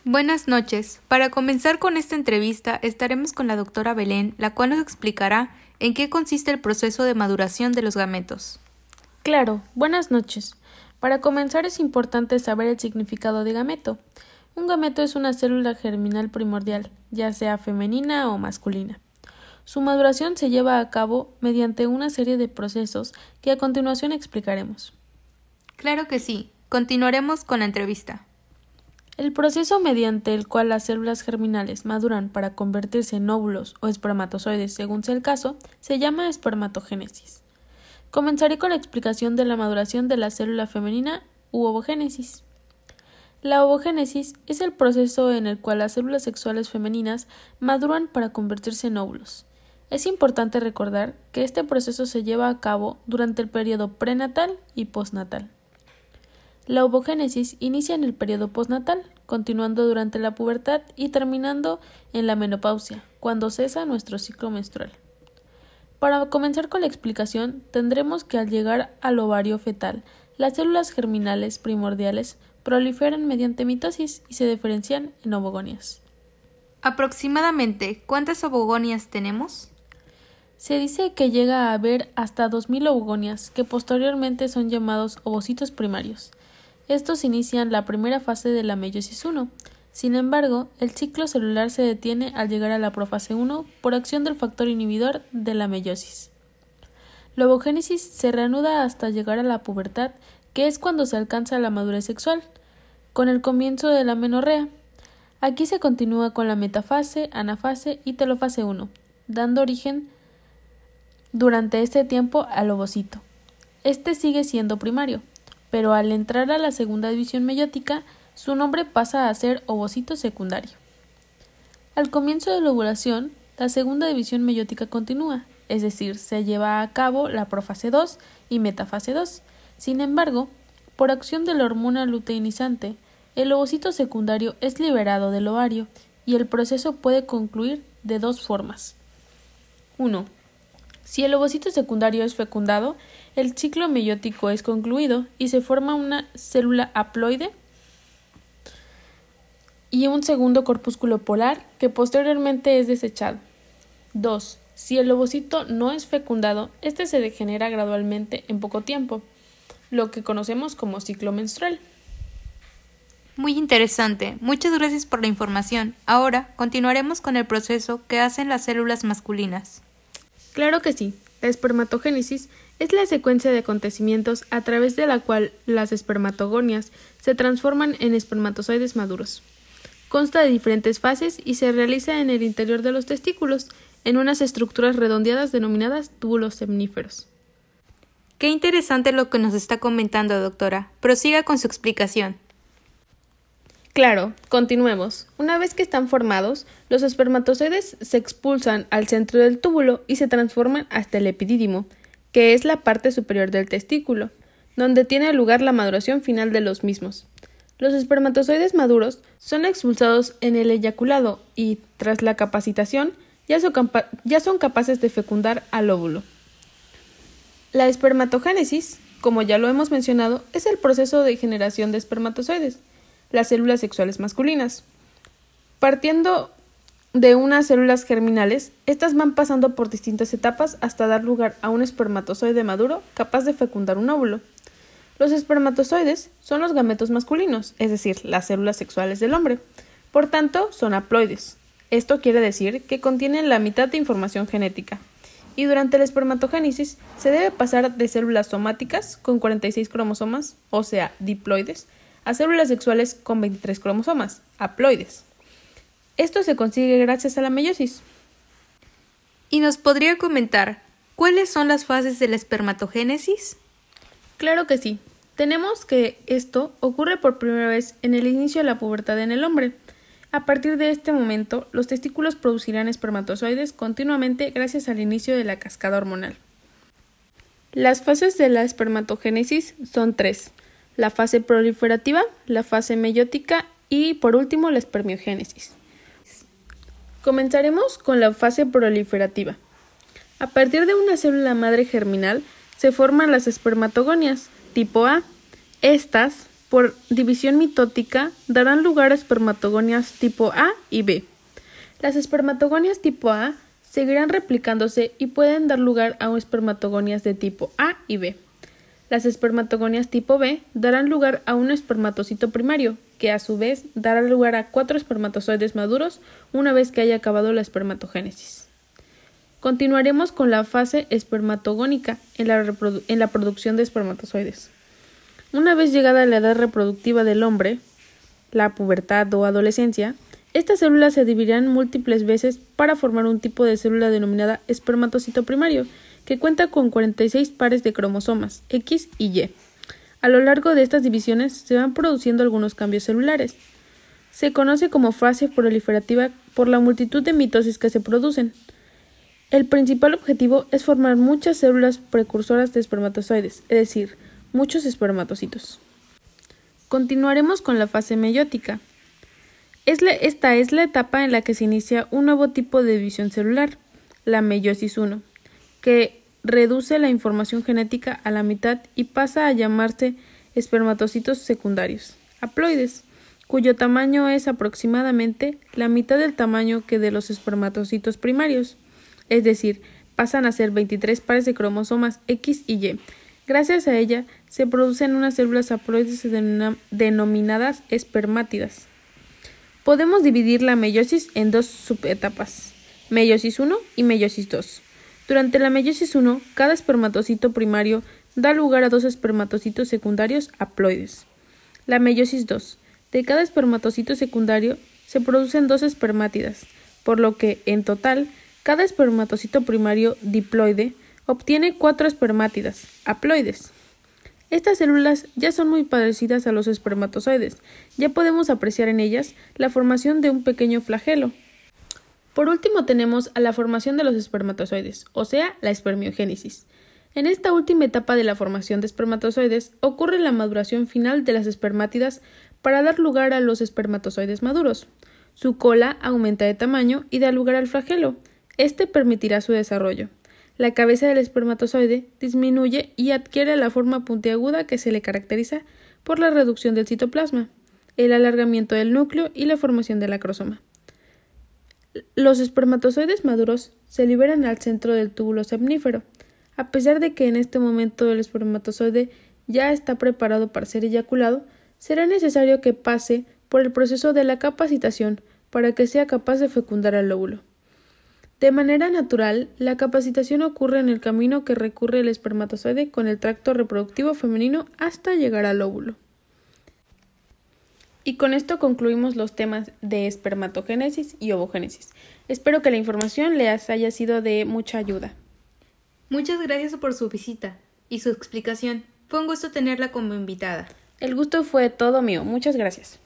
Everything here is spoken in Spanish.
Buenas noches. Para comenzar con esta entrevista estaremos con la doctora Belén, la cual nos explicará en qué consiste el proceso de maduración de los gametos. Claro, buenas noches. Para comenzar es importante saber el significado de gameto. Un gameto es una célula germinal primordial, ya sea femenina o masculina. Su maduración se lleva a cabo mediante una serie de procesos que a continuación explicaremos. Claro que sí. Continuaremos con la entrevista. El proceso mediante el cual las células germinales maduran para convertirse en óvulos o espermatozoides según sea el caso, se llama espermatogénesis. Comenzaré con la explicación de la maduración de la célula femenina u ovogénesis. La ovogénesis es el proceso en el cual las células sexuales femeninas maduran para convertirse en óvulos. Es importante recordar que este proceso se lleva a cabo durante el periodo prenatal y postnatal. La ovogénesis inicia en el periodo postnatal, continuando durante la pubertad y terminando en la menopausia, cuando cesa nuestro ciclo menstrual. Para comenzar con la explicación, tendremos que al llegar al ovario fetal, las células germinales primordiales proliferan mediante mitosis y se diferencian en ovogonias. Aproximadamente, ¿cuántas ovogonias tenemos? Se dice que llega a haber hasta 2000 ovogonias, que posteriormente son llamados ovocitos primarios. Estos inician la primera fase de la meiosis 1. Sin embargo, el ciclo celular se detiene al llegar a la profase 1 por acción del factor inhibidor de la meiosis. La ovogénesis se reanuda hasta llegar a la pubertad, que es cuando se alcanza la madurez sexual, con el comienzo de la menorrea. Aquí se continúa con la metafase, anafase y telofase 1, dando origen durante este tiempo al ovocito. Este sigue siendo primario, pero al entrar a la segunda división meiótica, su nombre pasa a ser ovocito secundario. Al comienzo de la ovulación, la segunda división meiótica continúa, es decir, se lleva a cabo la profase 2 y metafase 2. Sin embargo, por acción de la hormona luteinizante, el ovocito secundario es liberado del ovario y el proceso puede concluir de dos formas. 1. Si el ovocito secundario es fecundado, el ciclo meiótico es concluido y se forma una célula haploide y un segundo corpúsculo polar que posteriormente es desechado. 2. Si el ovocito no es fecundado, este se degenera gradualmente en poco tiempo, lo que conocemos como ciclo menstrual. Muy interesante. Muchas gracias por la información. Ahora continuaremos con el proceso que hacen las células masculinas. Claro que sí. La espermatogénesis es la secuencia de acontecimientos a través de la cual las espermatogonias se transforman en espermatozoides maduros. Consta de diferentes fases y se realiza en el interior de los testículos, en unas estructuras redondeadas denominadas túbulos semníferos. Qué interesante lo que nos está comentando, doctora. Prosiga con su explicación. Claro, continuemos. Una vez que están formados, los espermatozoides se expulsan al centro del túbulo y se transforman hasta el epidídimo, que es la parte superior del testículo, donde tiene lugar la maduración final de los mismos. Los espermatozoides maduros son expulsados en el eyaculado y, tras la capacitación, ya son capaces de fecundar al óvulo. La espermatogénesis, como ya lo hemos mencionado, es el proceso de generación de espermatozoides, las células sexuales masculinas. Partiendo de unas células germinales, estas van pasando por distintas etapas hasta dar lugar a un espermatozoide maduro capaz de fecundar un óvulo. Los espermatozoides son los gametos masculinos, es decir, las células sexuales del hombre. Por tanto, son haploides. Esto quiere decir que contienen la mitad de información genética. Y durante la espermatogénesis se debe pasar de células somáticas con 46 cromosomas, o sea, diploides, a células sexuales con 23 cromosomas, haploides. Esto se consigue gracias a la meiosis. ¿Y nos podría comentar cuáles son las fases de la espermatogénesis? Claro que sí. Tenemos que esto ocurre por primera vez en el inicio de la pubertad en el hombre. A partir de este momento, los testículos producirán espermatozoides continuamente gracias al inicio de la cascada hormonal. Las fases de la espermatogénesis son 3. La fase proliferativa, la fase meiótica y, por último, la espermiogénesis. Comenzaremos con la fase proliferativa. A partir de una célula madre germinal se forman las espermatogonias tipo A. Estas, por división mitótica, darán lugar a espermatogonias tipo A y B. Las espermatogonias tipo A seguirán replicándose y pueden dar lugar a espermatogonias de tipo A y B. Las espermatogonias tipo B darán lugar a un espermatocito primario, que a su vez dará lugar a 4 espermatozoides maduros una vez que haya acabado la espermatogénesis. Continuaremos con la fase espermatogónica en la producción de espermatozoides. Una vez llegada la edad reproductiva del hombre, la pubertad o adolescencia, estas células se dividirán múltiples veces para formar un tipo de célula denominada espermatocito primario, que cuenta con 46 pares de cromosomas X y Y. A lo largo de estas divisiones se van produciendo algunos cambios celulares. Se conoce como fase proliferativa por la multitud de mitosis que se producen. El principal objetivo es formar muchas células precursoras de espermatozoides, es decir, muchos espermatocitos. Continuaremos con la fase meiótica. Esta es la etapa en la que se inicia un nuevo tipo de división celular, la meiosis I, que reduce la información genética a la mitad y pasa a llamarse espermatocitos secundarios, haploides, cuyo tamaño es aproximadamente la mitad del tamaño que de los espermatocitos primarios, es decir, pasan a ser 23 pares de cromosomas X y Y. Gracias a ella se producen unas células haploides denominadas espermátidas. Podemos dividir la meiosis en dos subetapas, meiosis I y meiosis II. Durante la meiosis I, cada espermatocito primario da lugar a 2 espermatocitos secundarios haploides. La meiosis II, de cada espermatocito secundario se producen 2 espermátidas, por lo que, en total, cada espermatocito primario diploide obtiene 4 espermátidas, haploides. Estas células ya son muy parecidas a los espermatozoides, ya podemos apreciar en ellas la formación de un pequeño flagelo. Por último tenemos a la formación de los espermatozoides, o sea, la espermiogénesis. En esta última etapa de la formación de espermatozoides ocurre la maduración final de las espermátidas para dar lugar a los espermatozoides maduros. Su cola aumenta de tamaño y da lugar al flagelo. Este permitirá su desarrollo. La cabeza del espermatozoide disminuye y adquiere la forma puntiaguda que se le caracteriza por la reducción del citoplasma, el alargamiento del núcleo y la formación del acrosoma. Los espermatozoides maduros se liberan al centro del túbulo semnífero. A pesar de que en este momento el espermatozoide ya está preparado para ser eyaculado, será necesario que pase por el proceso de la capacitación para que sea capaz de fecundar al óvulo. De manera natural, la capacitación ocurre en el camino que recurre el espermatozoide con el tracto reproductivo femenino hasta llegar al óvulo. Y con esto concluimos los temas de espermatogénesis y ovogénesis. Espero que la información les haya sido de mucha ayuda. Muchas gracias por su visita y su explicación. Fue un gusto tenerla como invitada. El gusto fue todo mío. Muchas gracias.